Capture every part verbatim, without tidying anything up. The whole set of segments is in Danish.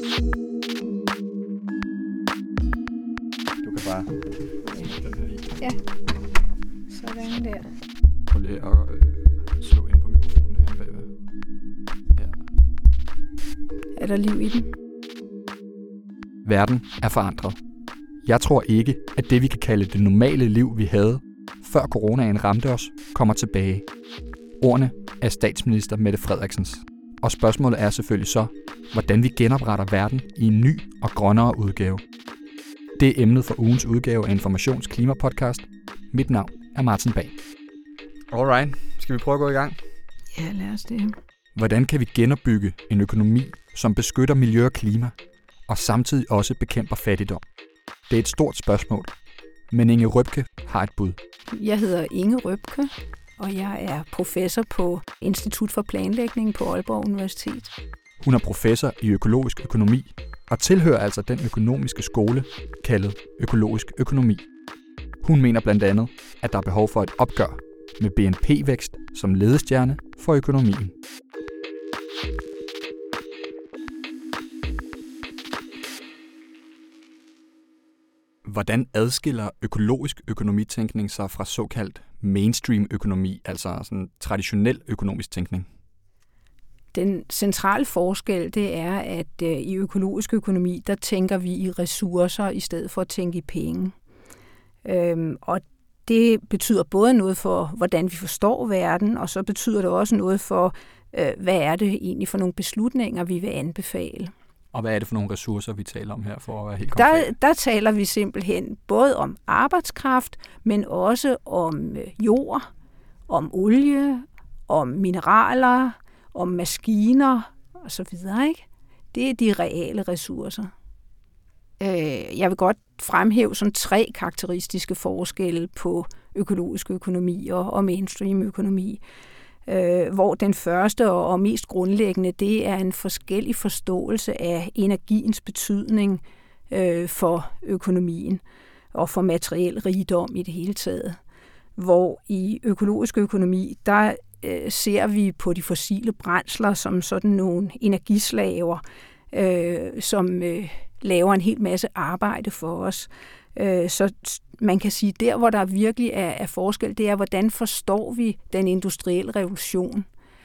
Du kan bare... Ja, sådan der. Prøv lige at øh, slå ind på mikrofonen her bagved. Ja. Er der liv i den? Verden er forandret. Jeg tror ikke, at det vi kan kalde det normale liv, vi havde, før coronaen ramte os, kommer tilbage. Ordene er statsminister Mette Frederiksens. Og spørgsmålet er selvfølgelig så, hvordan vi genopretter verden i en ny og grønnere udgave. Det er emnet for ugens udgave af Informations Klimapodcast. Mit navn er Martin Bag. Alright, skal vi prøve at gå i gang? Ja, lad os det. Hvordan kan vi genopbygge en økonomi, som beskytter miljø og klima, og samtidig også bekæmper fattigdom? Det er et stort spørgsmål, men Inge Røbke har et bud. Jeg hedder Inge Røbke, og jeg er professor på Institut for Planlægning på Aalborg Universitet. Hun er professor i økologisk økonomi og tilhører altså den økonomiske skole, kaldet økologisk økonomi. Hun mener blandt andet, at der er behov for et opgør med B N P-vækst som ledestjerne for økonomien. Hvordan adskiller økologisk økonomitænkning sig fra såkaldt mainstream-økonomi, altså sådan traditionel økonomisk tænkning? Den centrale forskel, det er, at øh, i økologisk økonomi, der tænker vi i ressourcer i stedet for at tænke i penge. Øhm, og det betyder både noget for, hvordan vi forstår verden, og så betyder det også noget for, øh, hvad er det egentlig for nogle beslutninger, vi vil anbefale. Og hvad er det for nogle ressourcer, vi taler om her, for at være helt konkret? Der, der taler vi simpelthen både om arbejdskraft, men også om jord, om olie, om mineraler, om maskiner osv. Ikke? Det er de reale ressourcer. Jeg vil godt fremhæve sådan tre karakteristiske forskelle på økologisk økonomi og mainstream økonomi. Hvor den første og mest grundlæggende, det er en forskellig forståelse af energiens betydning for økonomien og for materiel rigdom i det hele taget. Hvor i økologisk økonomi, der ser vi på de fossile brændsler som sådan nogle energislaver, som laver en hel masse arbejde for os. Så man kan sige, der hvor der virkelig er, er forskel, det er, hvordan forstår vi den industrielle revolution.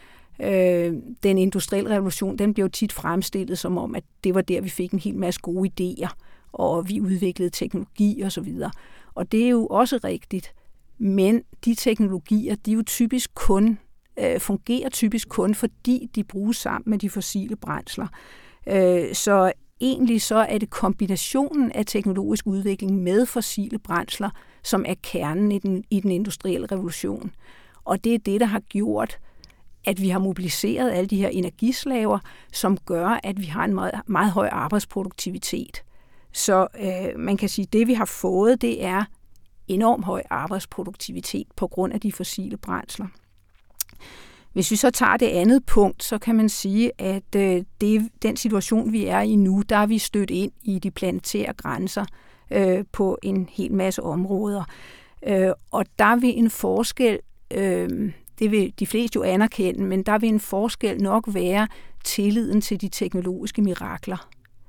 Øh, den industrielle revolution, den bliver jo tit fremstillet som om, at det var der, vi fik en hel masse gode idéer, og vi udviklede teknologi og så videre. Og det er jo også rigtigt, men de teknologier, de jo typisk kun, øh, fungerer typisk kun, fordi de bruges sammen med de fossile brændsler. Øh, så Egentlig så er det kombinationen af teknologisk udvikling med fossile brændsler, som er kernen i den, i den industrielle revolution. Og det er det, der har gjort, at vi har mobiliseret alle de her energislaver, som gør, at vi har en meget, meget høj arbejdsproduktivitet. Så øh, man kan sige, at det vi har fået, det er enormt høj arbejdsproduktivitet på grund af de fossile brændsler. Hvis vi så tager det andet punkt, så kan man sige, at øh, det, den situation, vi er i nu, der er vi stødt ind i de planetære grænser øh, på en hel masse områder. Øh, og der vil en forskel, øh, det vil de fleste jo anerkende, men der vil en forskel nok være tilliden til de teknologiske mirakler,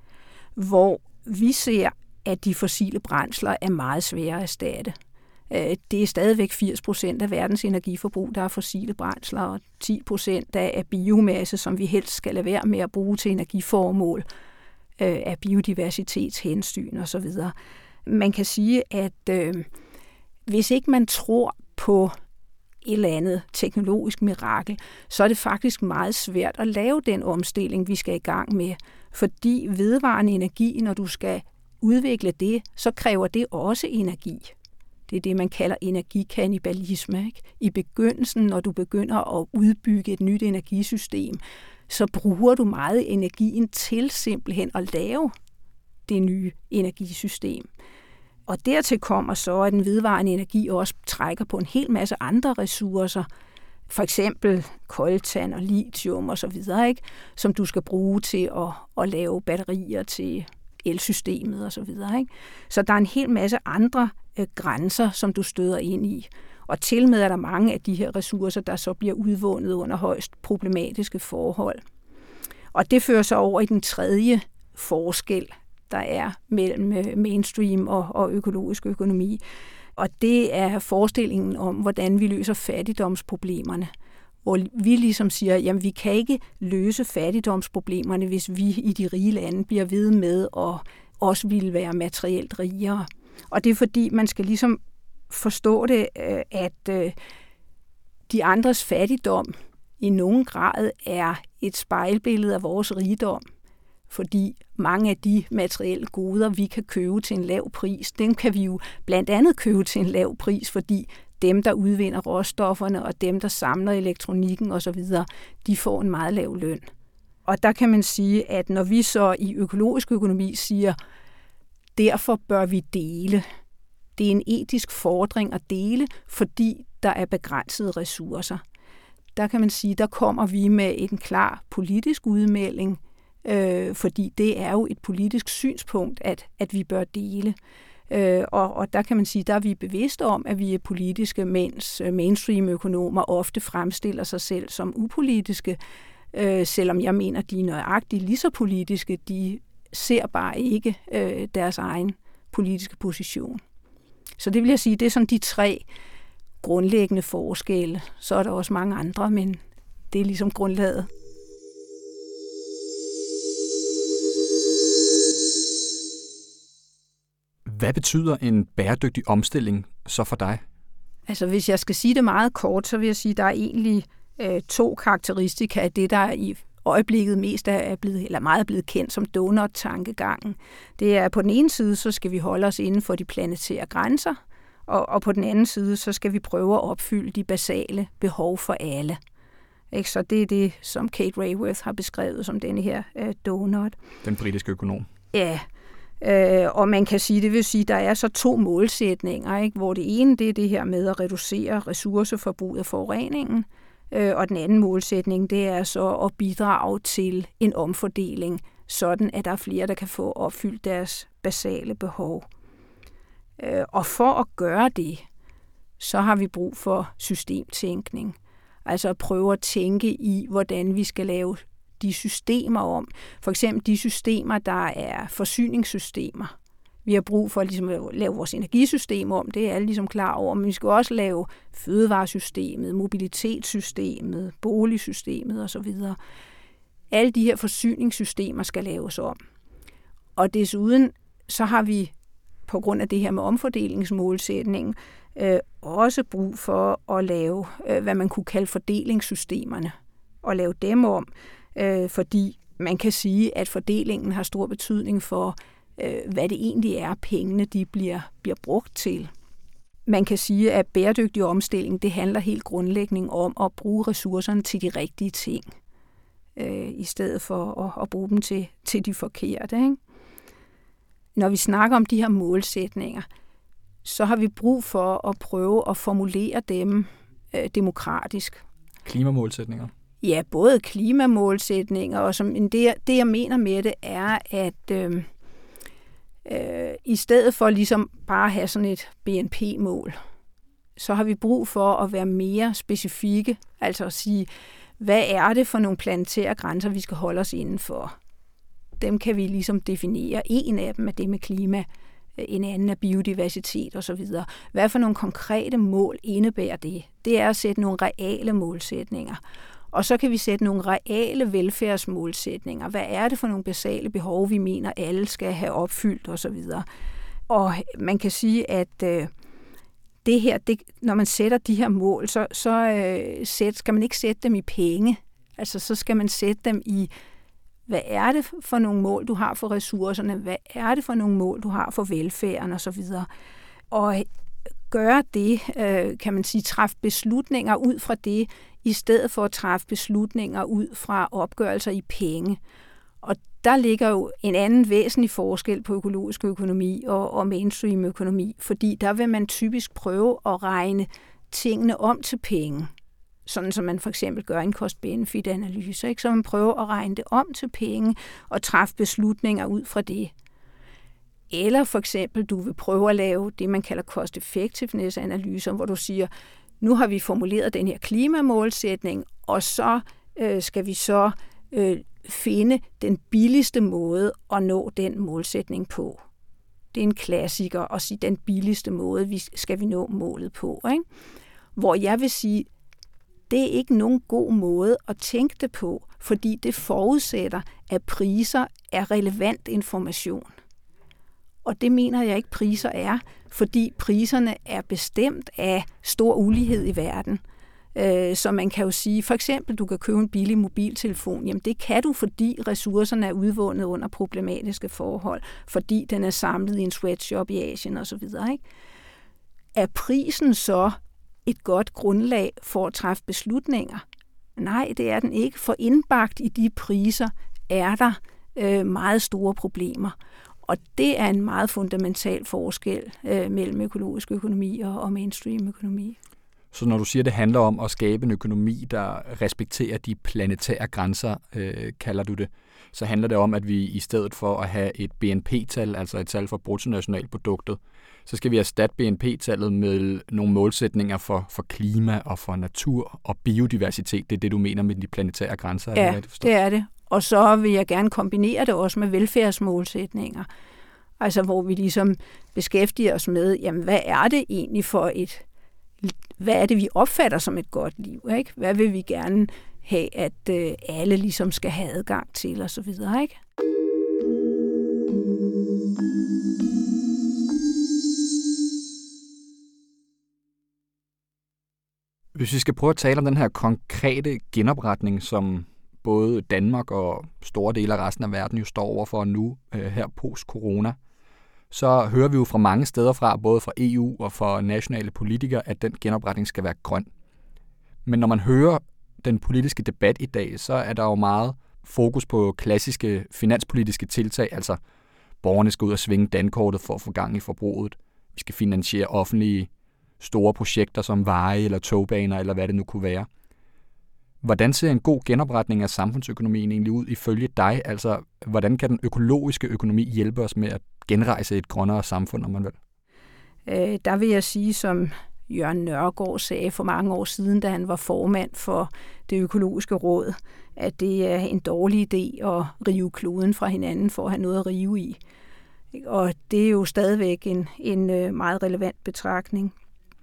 hvor vi ser, at de fossile brændsler er meget svære at erstatte. Det er stadigvæk firs procent af verdens energiforbrug, der er fossile brændsler, og ti procent af biomasse, som vi helst skal lade være med at bruge til energiformål, af biodiversitetshensyn osv. Man kan sige, at øh, hvis ikke man tror på et eller andet teknologisk mirakel, så er det faktisk meget svært at lave den omstilling, vi skal i gang med. Fordi vedvarende energi, når du skal udvikle det, så kræver det også energi. Det er det, man kalder energikannibalisme. Ikke? I begyndelsen, når du begynder at udbygge et nyt energisystem, så bruger du meget energien til simpelthen at lave det nye energisystem. Og dertil kommer så, at den vedvarende energi også trækker på en hel masse andre ressourcer, for eksempel coltan og lithium og så videre, ikke? Som du skal bruge til at, at lave batterier til elsystemet og så videre, ikke? Så der er en hel masse andre øh, grænser, som du støder ind i. Og til med er der mange af de her ressourcer, der så bliver udvundet under højst problematiske forhold. Og det fører så over i den tredje forskel, der er mellem mainstream og, og økologisk økonomi. Og det er forestillingen om, hvordan vi løser fattigdomsproblemerne. Hvor vi ligesom siger, jamen vi kan ikke løse fattigdomsproblemerne, hvis vi i de rige lande bliver ved med at også ville være materielt rigere. Og det er fordi, man skal ligesom forstå det, at de andres fattigdom i nogen grad er et spejlbillede af vores rigdom. Fordi mange af de materielle goder, vi kan købe til en lav pris, dem kan vi jo blandt andet købe til en lav pris, fordi dem, der udvinder råstofferne, og dem, der samler elektronikken osv., de får en meget lav løn. Og der kan man sige, at når vi så i økologisk økonomi siger, derfor bør vi dele. Det er en etisk fordring at dele, fordi der er begrænsede ressourcer. Der kan man sige, der kommer vi med en klar politisk udmelding, øh, fordi det er jo et politisk synspunkt, at, at vi bør dele. Øh, og, og der kan man sige, der er vi bevidste om, at vi er politiske, mens mainstream-økonomer ofte fremstiller sig selv som upolitiske, øh, selvom jeg mener, de er nøjagtigt lige så politiske, de ser bare ikke øh, deres egen politiske position. Så det vil jeg sige, det er sådan de tre grundlæggende forskelle. Så er der også mange andre, men det er ligesom grundlaget. Hvad betyder en bæredygtig omstilling så for dig? Altså hvis jeg skal sige det meget kort, så vil jeg sige, at der er egentlig øh, to karakteristika af det, der i øjeblikket mest er blevet, eller meget blevet kendt som donut-tankegangen. Det er på den ene side, så skal vi holde os inden for de planetære grænser, og, og på den anden side, så skal vi prøve at opfylde de basale behov for alle. Ikke? Så det er det, som Kate Raworth har beskrevet som denne her øh, donut. Den britiske økonom. Ja, øh, og man kan sige, det vil sige, der er så to målsætninger, ikke? Hvor det ene, det er det her med at reducere ressourceforbruget af forureningen, øh, og den anden målsætning, det er så at bidrage til en omfordeling, sådan at der er flere, der kan få opfyldt deres basale behov. Øh, og for at gøre det, så har vi brug for systemtænkning. Altså at prøve at tænke i, hvordan vi skal lave de systemer om. For eksempel de systemer, der er forsyningssystemer. Vi har brug for ligesom at lave vores energisystem om, det er alle ligesom klar over, men vi skal også lave fødevaresystemet, mobilitetssystemet, boligsystemet osv. Alle de her forsyningssystemer skal laves om. Og desuden så har vi på grund af det her med omforderingsmålsætningen øh, også brug for at lave, øh, hvad man kunne kalde fordelingssystemerne, og lave dem om, øh, fordi man kan sige, at fordelingen har stor betydning for, øh, hvad det egentlig er, pengene de bliver, bliver brugt til. Man kan sige, at bæredygtig omstilling, det handler helt grundlæggende om at bruge ressourcerne til de rigtige ting, øh, i stedet for at, at bruge dem til, til de forkerte, ikke? Når vi snakker om de her målsætninger, så har vi brug for at prøve at formulere dem øh, demokratisk. Klimamålsætninger? Ja, både klimamålsætninger, og som, det, det jeg mener med det er, at øh, øh, i stedet for ligesom bare at have sådan et B N P-mål, så har vi brug for at være mere specifikke, altså at sige, hvad er det for nogle planetære grænser, vi skal holde os inden for? Dem kan vi ligesom definere. En af dem er det med klima, en anden er biodiversitet osv. Hvad for nogle konkrete mål indebærer det? Det er at sætte nogle reale målsætninger. Og så kan vi sætte nogle reale velfærdsmålsætninger. Hvad er det for nogle basale behov, vi mener, alle skal have opfyldt osv.? Og man kan sige, at øh, det her, det, når man sætter de her mål, så, så øh, sæt, skal man ikke sætte dem i penge. Altså så skal man sætte dem i, hvad er det for nogle mål, du har for ressourcerne? Hvad er det for nogle mål, du har for velfærden osv.? Og gøre det, øh, kan man sige, træffe beslutninger ud fra det, i stedet for at træffe beslutninger ud fra opgørelser i penge. Og der ligger jo en anden væsentlig forskel på økologisk økonomi og, og mainstream økonomi, fordi der vil man typisk prøve at regne tingene om til penge. Sådan som man for eksempel gør en cost-benefit-analyse, ikke? Så man prøver at regne det om til penge og træffe beslutninger ud fra det. Eller for eksempel, du vil prøve at lave det, man kalder cost-effectiveness-analyser, hvor du siger, nu har vi formuleret den her klimamålsætning, og så øh, skal vi så øh, finde den billigste måde at nå den målsætning på. Det er en klassiker at sige, den billigste måde vi skal vi nå målet på. Ikke? Hvor jeg vil sige, det er ikke nogen god måde at tænke det på, fordi det forudsætter, at priser er relevant information. Og det mener jeg ikke, priser er, fordi priserne er bestemt af stor ulighed i verden. Så man kan jo sige, for eksempel, du kan købe en billig mobiltelefon. Jamen det kan du, fordi ressourcerne er udvundet under problematiske forhold, fordi den er samlet i en sweatshop i Asien osv. Er prisen så et godt grundlag for at træffe beslutninger? Nej, det er den ikke, for indbagt i de priser er der øh, meget store problemer. Og det er en meget fundamental forskel øh, mellem økologisk økonomi og, og mainstream-økonomi. Så når du siger, at det handler om at skabe en økonomi, der respekterer de planetære grænser, øh, kalder du det, så handler det om, at vi i stedet for at have et B N P-tal, altså et tal for bruttonationalproduktet, så skal vi erstatte B N P-tallet med nogle målsætninger for, for klima og for natur og biodiversitet. Det er det, du mener med de planetære grænser? Ja, det, det er det. Og så vil jeg gerne kombinere det også med velfærdsmålsætninger. Altså hvor vi ligesom beskæftiger os med, jamen hvad er det egentlig for et, hvad er det, vi opfatter som et godt liv? Ikke? Hvad vil vi gerne have, at øh, alle ligesom skal have adgang til og så videre, ikke? Hvis vi skal prøve at tale om den her konkrete genopretning, som både Danmark og store dele af resten af verden jo står overfor nu øh, her post-corona, så hører vi jo fra mange steder fra, både fra E U og fra nationale politikere, at den genopretning skal være grøn. Men når man hører den politiske debat i dag, så er der jo meget fokus på klassiske finanspolitiske tiltag, altså borgerne skal ud og svinge dankortet for at få gang i forbruget. Vi skal finansiere offentlige store projekter som veje eller togbaner eller hvad det nu kunne være. Hvordan ser en god genopretning af samfundsøkonomien egentlig ud ifølge dig? Altså, hvordan kan den økologiske økonomi hjælpe os med at genrejse et grønnere samfund, om man vil? Øh, der vil jeg sige, som Jørgen Nørgaard sagde for mange år siden, da han var formand for det økologiske råd, at det er en dårlig idé at rive kloden fra hinanden for at have noget at rive i. Og det er jo stadigvæk en, en meget relevant betragtning.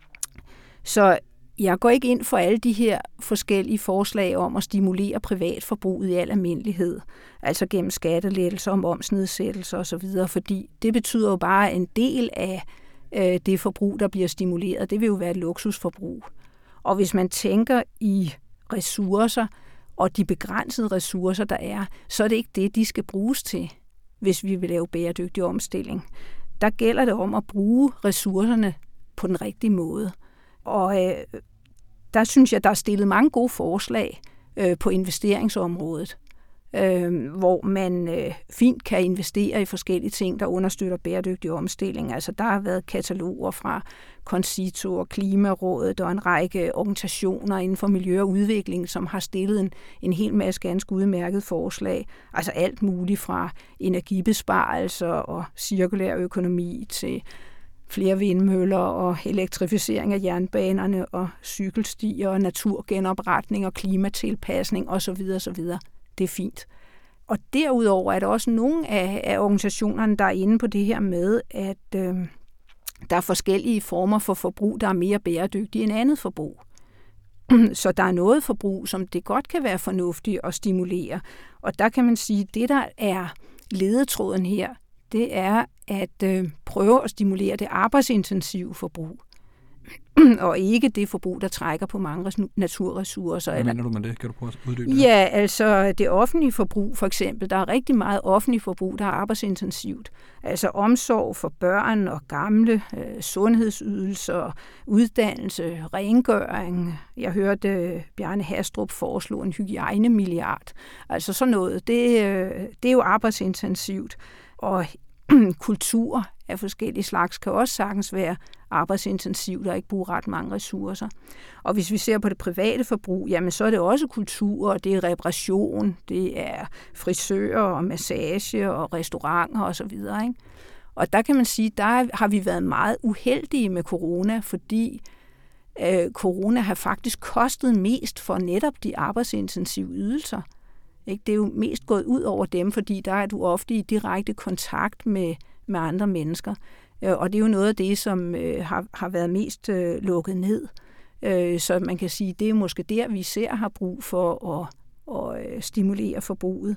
Så jeg går ikke ind for alle de her forskellige forslag om at stimulere privatforbruget i al almindelighed, altså gennem skattelettelser, momsnedsættelser osv., fordi det betyder jo bare en del af øh, det forbrug, der bliver stimuleret. Det vil jo være et luksusforbrug. Og hvis man tænker i ressourcer og de begrænsede ressourcer, der er, så er det ikke det, de skal bruges til, hvis vi vil lave bæredygtig omstilling. Der gælder det om at bruge ressourcerne på den rigtige måde. Og øh, der synes jeg, der er stillet mange gode forslag øh, på investeringsområdet, øh, hvor man øh, fint kan investere i forskellige ting, der understøtter bæredygtig omstilling. Altså der har været kataloger fra Concito og Klimarådet og en række organisationer inden for miljø og udvikling, som har stillet en, en hel masse ganske udmærket forslag. Altså alt muligt fra energibesparelser og cirkulær økonomi til flere vindmøller og elektrificering af jernbanerne og cykelstier og naturgenopretning og klimatilpasning osv. osv. Det er fint. Og derudover er der også nogle af, af organisationerne, der er inde på det her med, at øh, der er forskellige former for forbrug, der er mere bæredygtige end andet forbrug. Så der er noget forbrug, som det godt kan være fornuftigt at stimulere. Og der kan man sige, at det, der er ledetråden her, det er at øh, prøve at stimulere det arbejdsintensive forbrug, og ikke det forbrug, der trækker på mange naturressourcer. Hvad mener du med det? Kan du prøve at uddybe det? Ja, altså det offentlige forbrug for eksempel. Der er rigtig meget offentligt forbrug, der er arbejdsintensivt. Altså omsorg for børn og gamle, øh, sundhedsydelser, uddannelse, rengøring. Jeg hørte øh, Bjarne Hastrup foreslå en hygiejnemilliard. Altså sådan noget. Det, øh, det er jo arbejdsintensivt. Og kultur af forskellige slags kan også sagtens være arbejdsintensivt og ikke bruge ret mange ressourcer. Og hvis vi ser på det private forbrug, jamen så er det også kultur, og det er reparation, det er frisører og massage og restauranter osv. Ikke? Og der kan man sige, der har vi været meget uheldige med corona, fordi øh, corona har faktisk kostet mest for netop de arbejdsintensive ydelser. Ikke? Det er jo mest gået ud over dem, fordi der er du ofte i direkte kontakt med, med andre mennesker. Og det er jo noget af det, som øh, har, har været mest øh, lukket ned. Øh, så man kan sige, det er måske der, vi især har brug for at, at, at stimulere forbruget.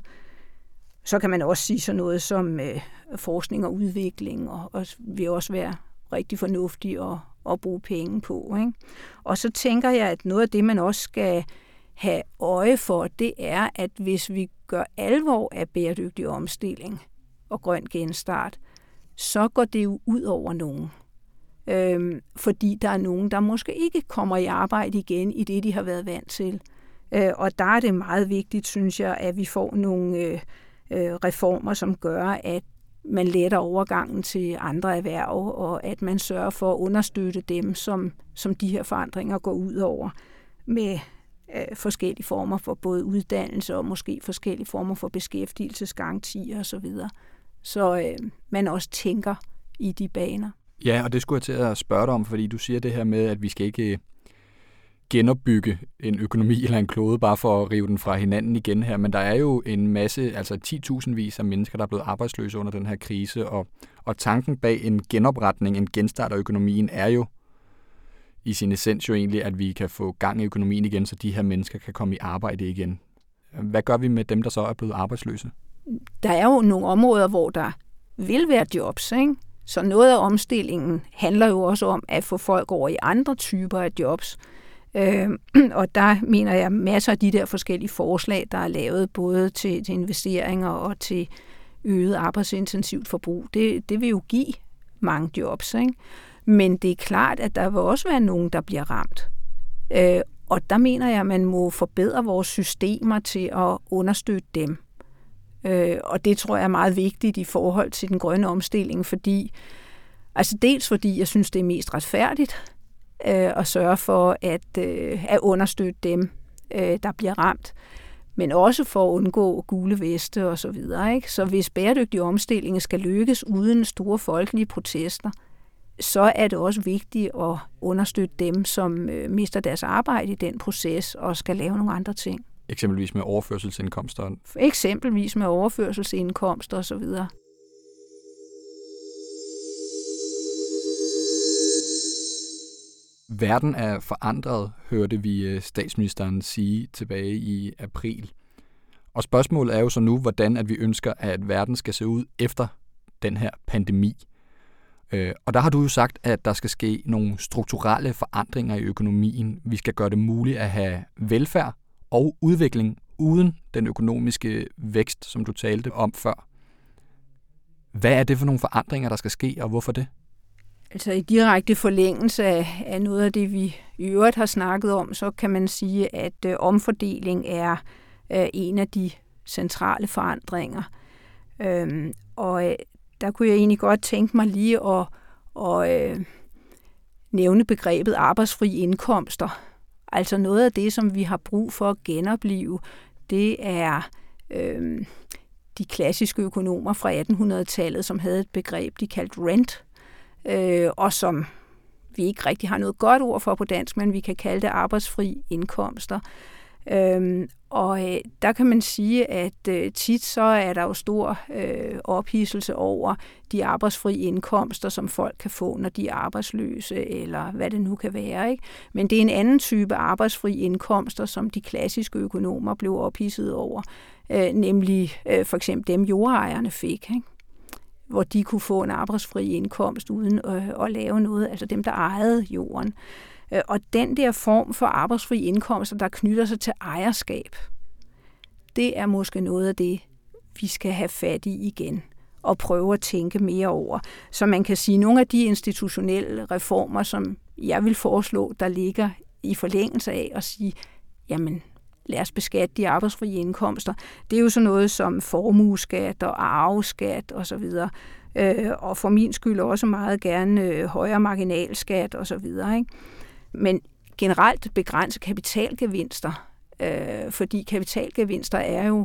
Så kan man også sige sådan noget som øh, forskning og udvikling, og, og vil også være rigtig fornuftigt at, at bruge penge på. Ikke? Og så tænker jeg, at noget af det, man også skal have øje for, det er, at hvis vi gør alvor af bæredygtig omstilling og grøn genstart, så går det jo ud over nogen. Øhm, fordi der er nogen, der måske ikke kommer i arbejde igen i det, de har været vant til. Øh, og der er det meget vigtigt, synes jeg, at vi får nogle øh, øh, reformer, som gør, at man letter overgangen til andre erhverv, og at man sørger for at understøtte dem, som, som de her forandringer går ud over, med øh, forskellige former for både uddannelse og måske forskellige former for beskæftigelsesgarantier osv., så øh, man også tænker i de baner. Ja, og det skulle jeg til at spørge dig om, fordi du siger det her med, at vi skal ikke genopbygge en økonomi eller en klode bare for at rive den fra hinanden igen her, men der er jo en masse, altså ti tusindvis af mennesker, der er blevet arbejdsløse under den her krise, og, og tanken bag en genopretning, en genstart af økonomien, er jo i sin essens jo egentlig, at vi kan få gang i økonomien igen, så de her mennesker kan komme i arbejde igen. Hvad gør vi med dem, der så er blevet arbejdsløse? Der er jo nogle områder, hvor der vil være jobs, ikke? Så noget af omstillingen handler jo også om at få folk over i andre typer af jobs. Øh, og der mener jeg masser af de der forskellige forslag, der er lavet både til, til investeringer og til øget arbejdsintensivt forbrug. Det, det vil jo give mange jobs, ikke? Men det er klart, at der vil også være nogen, der bliver ramt. Øh, og der mener jeg, at man må forbedre vores systemer til at understøtte dem. Øh, og det tror jeg er meget vigtigt i forhold til den grønne omstilling, fordi, altså dels fordi jeg synes, det er mest retfærdigt øh, at sørge for at, øh, at understøtte dem, øh, der bliver ramt, men også for at undgå gule veste og så videre, ikke? Så hvis bæredygtig omstilling skal lykkes uden store folkelige protester, så er det også vigtigt at understøtte dem, som øh, mister deres arbejde i den proces og skal lave nogle andre ting. Eksempelvis med overførselsindkomster? Eksempelvis med overførselsindkomster og så videre. Verden er forandret, hørte vi statsministeren sige tilbage i april. Og spørgsmålet er jo så nu, hvordan at vi ønsker, at verden skal se ud efter den her pandemi. Og der har du jo sagt, at der skal ske nogle strukturelle forandringer i økonomien. Vi skal gøre det muligt at have velfærd og udvikling uden den økonomiske vækst, som du talte om før. Hvad er det for nogle forandringer, der skal ske, og hvorfor det? Altså i direkte forlængelse af, af noget af det, vi i øvrigt har snakket om, så kan man sige, at øh, omfordeling er øh, en af de centrale forandringer. Øhm, og øh, der kunne jeg egentlig godt tænke mig lige at, at øh, nævne begrebet arbejdsfri indkomster. Altså noget af det, som vi har brug for at genoplive, det er øh, de klassiske økonomer fra attenhundredetallet, som havde et begreb, de kaldte rent, øh, og som vi ikke rigtig har noget godt ord for på dansk, men vi kan kalde det arbejdsfri indkomster. Øhm, og øh, der kan man sige, at øh, tit så er der jo stor øh, ophidselse over de arbejdsfri indkomster, som folk kan få, når de er arbejdsløse, eller hvad det nu kan være, ikke? Men det er en anden type arbejdsfri indkomster, som de klassiske økonomer blev ophidset over, øh, nemlig øh, for eksempel dem jordejerne fik, ikke? Hvor de kunne få en arbejdsfri indkomst uden øh, at lave noget, altså dem, der ejede jorden. Og den der form for arbejdsfri indkomster, der knytter sig til ejerskab, det er måske noget af det, vi skal have fat i igen og prøve at tænke mere over. Så man kan sige, at nogle af de institutionelle reformer, som jeg vil foreslå, der ligger i forlængelse af at sige, jamen lad os beskatte de arbejdsfrie indkomster, det er jo sådan noget som formueskat og arveskat osv., og for min skyld også meget gerne højere marginalskat osv., ikke? Men generelt begrænse kapitalgevinster, øh, fordi kapitalgevinster er jo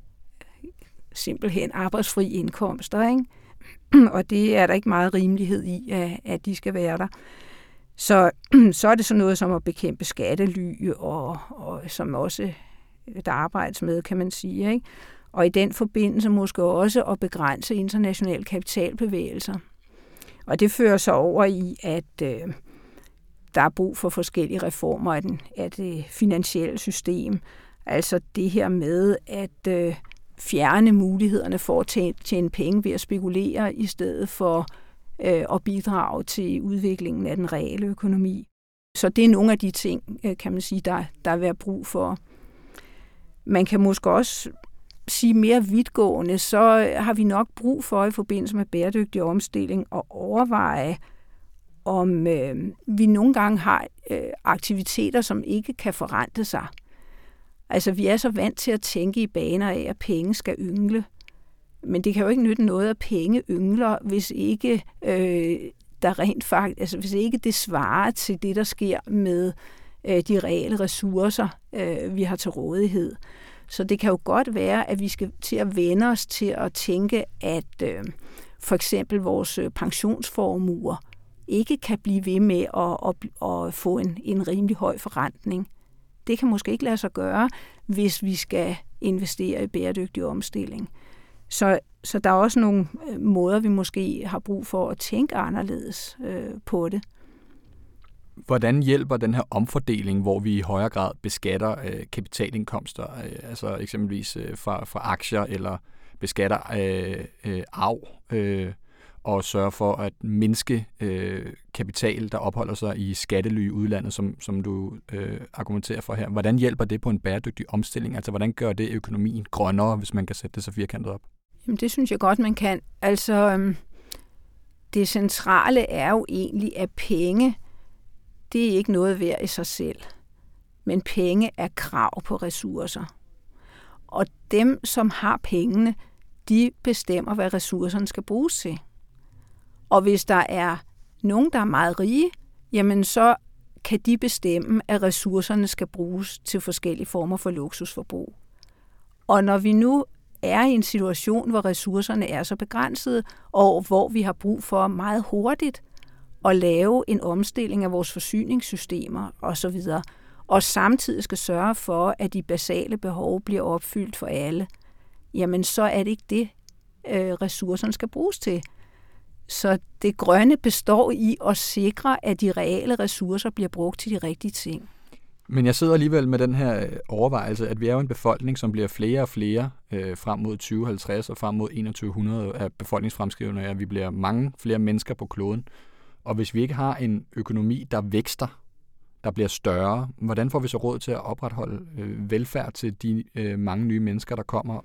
simpelthen arbejdsfri indkomster, ikke? Og det er der ikke meget rimelighed i, at, at de skal være der. Så, så er det sådan noget som at bekæmpe skattely, og, og som også der arbejdes med, kan man sige, ikke? Og i den forbindelse måske også at begrænse internationale kapitalbevægelser. Og det fører så over i, at øh, der er brug for forskellige reformer af, den, af det finansielle system. Altså det her med at øh, fjerne mulighederne for at tjene, tjene penge ved at spekulere, i stedet for øh, at bidrage til udviklingen af den reelle økonomi. Så det er nogle af de ting, øh, kan man sige, der, der er brug for. Man kan måske også sige mere vidtgående, så har vi nok brug for i forbindelse med bæredygtig omstilling at overveje, om øh, vi nogle gange har øh, aktiviteter, som ikke kan forrente sig. Altså, vi er så vant til at tænke i baner af, at penge skal yngle. Men det kan jo ikke nytte noget, at penge yngler, hvis ikke øh, der rent faktisk, altså hvis ikke det svarer til det, der sker med øh, de reelle ressourcer, øh, vi har til rådighed. Så det kan jo godt være, at vi skal til at vende os til at tænke, at øh, for eksempel vores pensionsformuer ikke kan blive ved med at, at, at få en, en rimelig høj forrentning. Det kan måske ikke lade sig gøre, hvis vi skal investere i bæredygtig omstilling. Så, så der er også nogle måder, vi måske har brug for at tænke anderledes øh, på det. Hvordan hjælper den her omfordeling, hvor vi i højere grad beskatter øh, kapitalindkomster, øh, altså eksempelvis øh, fra, fra aktier, eller beskatter øh, øh, arv, øh, og sørger for at mindske øh, kapital, der opholder sig i skattely i udlandet, som, som du øh, argumenterer for her. Hvordan hjælper det på en bæredygtig omstilling? Altså, hvordan gør det økonomien grønnere, hvis man kan sætte det så firkantet op? Jamen, det synes jeg godt, man kan. Altså, øhm, det centrale er jo egentlig, at penge, det er ikke noget værd i sig selv. Men penge er krav på ressourcer. Og dem, som har pengene, de bestemmer, hvad ressourcerne skal bruges til. Og hvis der er nogen, der er meget rige, jamen så kan de bestemme, at ressourcerne skal bruges til forskellige former for luksusforbrug. Og når vi nu er i en situation, hvor ressourcerne er så begrænsede, og hvor vi har brug for meget hurtigt at lave en omstilling af vores forsyningssystemer osv., og samtidig skal sørge for, at de basale behov bliver opfyldt for alle, jamen så er det ikke det, øh, ressourcerne skal bruges til. Så det grønne består i at sikre, at de reelle ressourcer bliver brugt til de rigtige ting. Men jeg sidder alligevel med den her overvejelse, at vi er jo en befolkning, som bliver flere og flere øh, frem mod tyve halvtreds og frem mod enogtyve hundrede af befolkningsfremskrivninger, at vi bliver mange flere mennesker på kloden. Og hvis vi ikke har en økonomi, der vækster, der bliver større, hvordan får vi så råd til at opretholde øh, velfærd til de øh, mange nye mennesker, der kommer?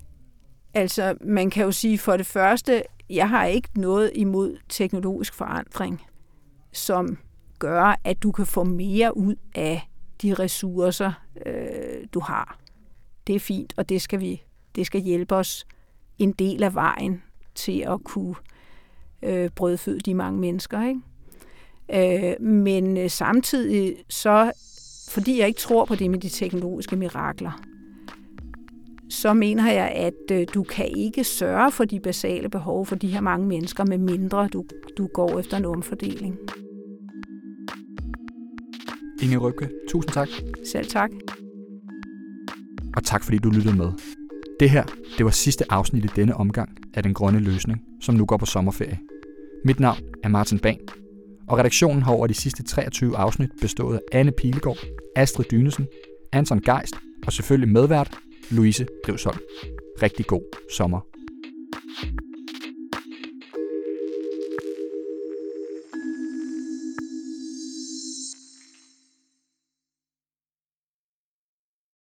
Altså, man kan jo sige for det første, jeg har ikke noget imod teknologisk forandring, som gør, at du kan få mere ud af de ressourcer, øh, du har. Det er fint, og det skal vi, det skal hjælpe os en del af vejen til at kunne øh, brødføde de mange mennesker, ikke? Øh, men øh, samtidig så, fordi jeg ikke tror på det med de teknologiske mirakler, så mener jeg, at øh, du kan ikke sørge for de basale behov for de her mange mennesker, med mindre du, du går efter en omfordeling. Inger Røbke, tusind tak. Selv tak. Og tak fordi du lyttede med. Det her, det var sidste afsnit i denne omgang af Den Grønne Løsning, som nu går på sommerferie. Mit navn er Martin Bang, og redaktionen har over de sidste treogtyve afsnit bestået af Anne Pilegaard, Astrid Dynesen, Anton Geist og selvfølgelig medvært Louise Drivsholm. Rigtig god sommer